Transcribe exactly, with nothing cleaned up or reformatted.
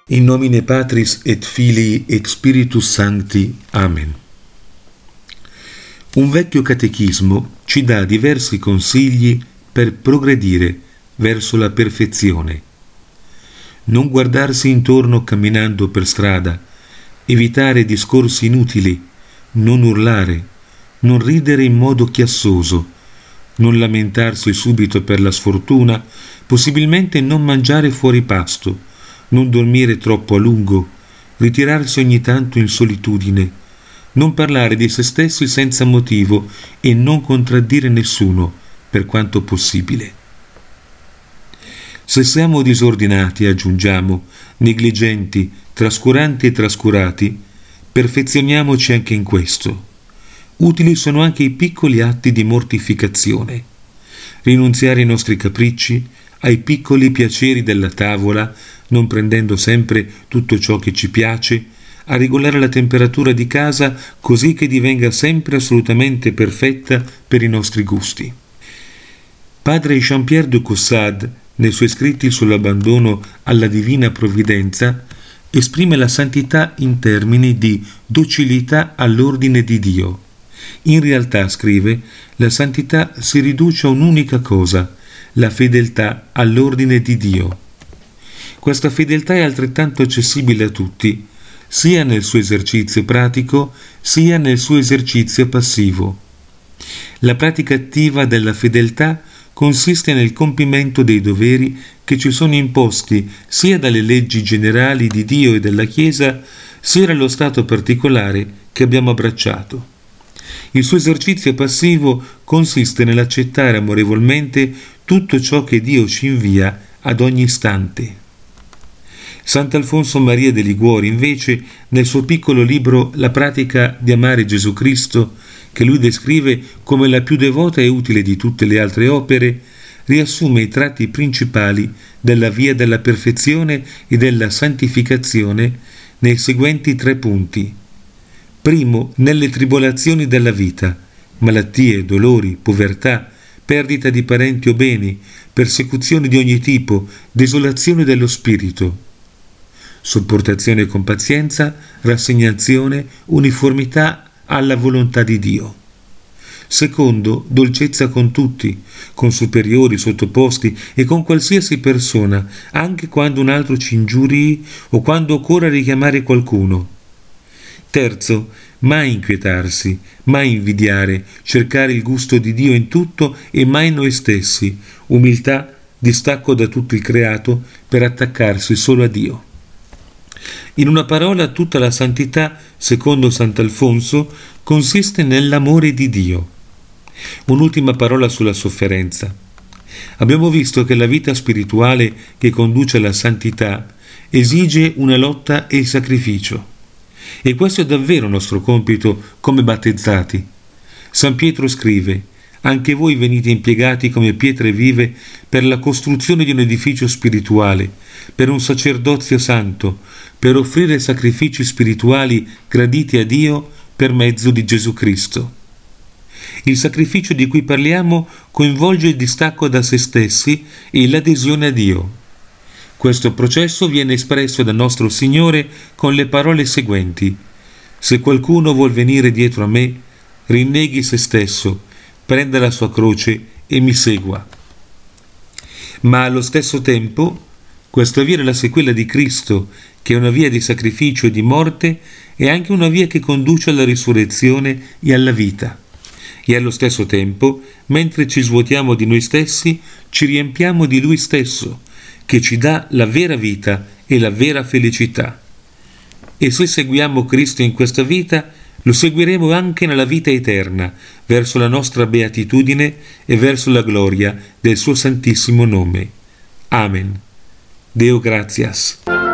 In nomine Patris et Filii et Spiritus Sancti. Amen. Un vecchio catechismo ci dà diversi consigli per progredire verso la perfezione. Non guardarsi intorno camminando per strada, evitare discorsi inutili, non urlare, non ridere in modo chiassoso, non lamentarsi subito per la sfortuna, possibilmente non mangiare fuori pasto, non dormire troppo a lungo, ritirarsi ogni tanto in solitudine, non parlare di se stessi senza motivo e non contraddire nessuno per quanto possibile. Se siamo disordinati, aggiungiamo, negligenti, trascuranti e trascurati, perfezioniamoci anche in questo. Utili sono anche i piccoli atti di mortificazione. Rinunziare ai nostri capricci, ai piccoli piaceri della tavola, non prendendo sempre tutto ciò che ci piace, a regolare la temperatura di casa così che divenga sempre assolutamente perfetta per i nostri gusti. Padre Jean-Pierre de Caussade, nei suoi scritti sull'abbandono alla divina provvidenza, esprime la santità in termini di docilità all'ordine di Dio. In realtà, scrive, la santità si riduce a un'unica cosa, la fedeltà all'ordine di Dio. Questa fedeltà è altrettanto accessibile a tutti, sia nel suo esercizio pratico, sia nel suo esercizio passivo. La pratica attiva della fedeltà consiste nel compimento dei doveri che ci sono imposti sia dalle leggi generali di Dio e della Chiesa, sia dallo stato particolare che abbiamo abbracciato. Il suo esercizio passivo consiste nell'accettare amorevolmente tutto ciò che Dio ci invia ad ogni istante. Sant'Alfonso Maria de Liguori, invece, nel suo piccolo libro La pratica di amare Gesù Cristo, che lui descrive come la più devota e utile di tutte le altre opere, riassume i tratti principali della via della perfezione e della santificazione nei seguenti tre punti. Primo, nelle tribolazioni della vita, malattie, dolori, povertà, perdita di parenti o beni, persecuzioni di ogni tipo, desolazione dello spirito. Sopportazione con pazienza, rassegnazione, uniformità alla volontà di Dio. Secondo, dolcezza con tutti, con superiori, sottoposti e con qualsiasi persona, anche quando un altro ci ingiurii o quando occorra richiamare qualcuno. Terzo, mai inquietarsi, mai invidiare, cercare il gusto di Dio in tutto e mai noi stessi, umiltà, distacco da tutto il creato per attaccarsi solo a Dio. In una parola, tutta la santità, secondo Sant'Alfonso, consiste nell'amore di Dio. Un'ultima parola sulla sofferenza. Abbiamo visto che la vita spirituale che conduce alla santità esige una lotta e il sacrificio. E questo è davvero nostro compito come battezzati. San Pietro scrive: anche voi venite impiegati come pietre vive per la costruzione di un edificio spirituale, per un sacerdozio santo, per offrire sacrifici spirituali graditi a Dio per mezzo di Gesù Cristo. Il sacrificio di cui parliamo coinvolge il distacco da se stessi e l'adesione a Dio. Questo processo viene espresso da nostro Signore con le parole seguenti: se qualcuno vuol venire dietro a me, rinneghi se stesso, prenda la sua croce e mi segua. Ma allo stesso tempo, questa via della sequela di Cristo, che è una via di sacrificio e di morte, è anche una via che conduce alla risurrezione e alla vita. E allo stesso tempo, mentre ci svuotiamo di noi stessi, ci riempiamo di Lui stesso, che ci dà la vera vita e la vera felicità. E se seguiamo Cristo in questa vita, lo seguiremo anche nella vita eterna, verso la nostra beatitudine e verso la gloria del suo santissimo nome. Amen. Deo gratias.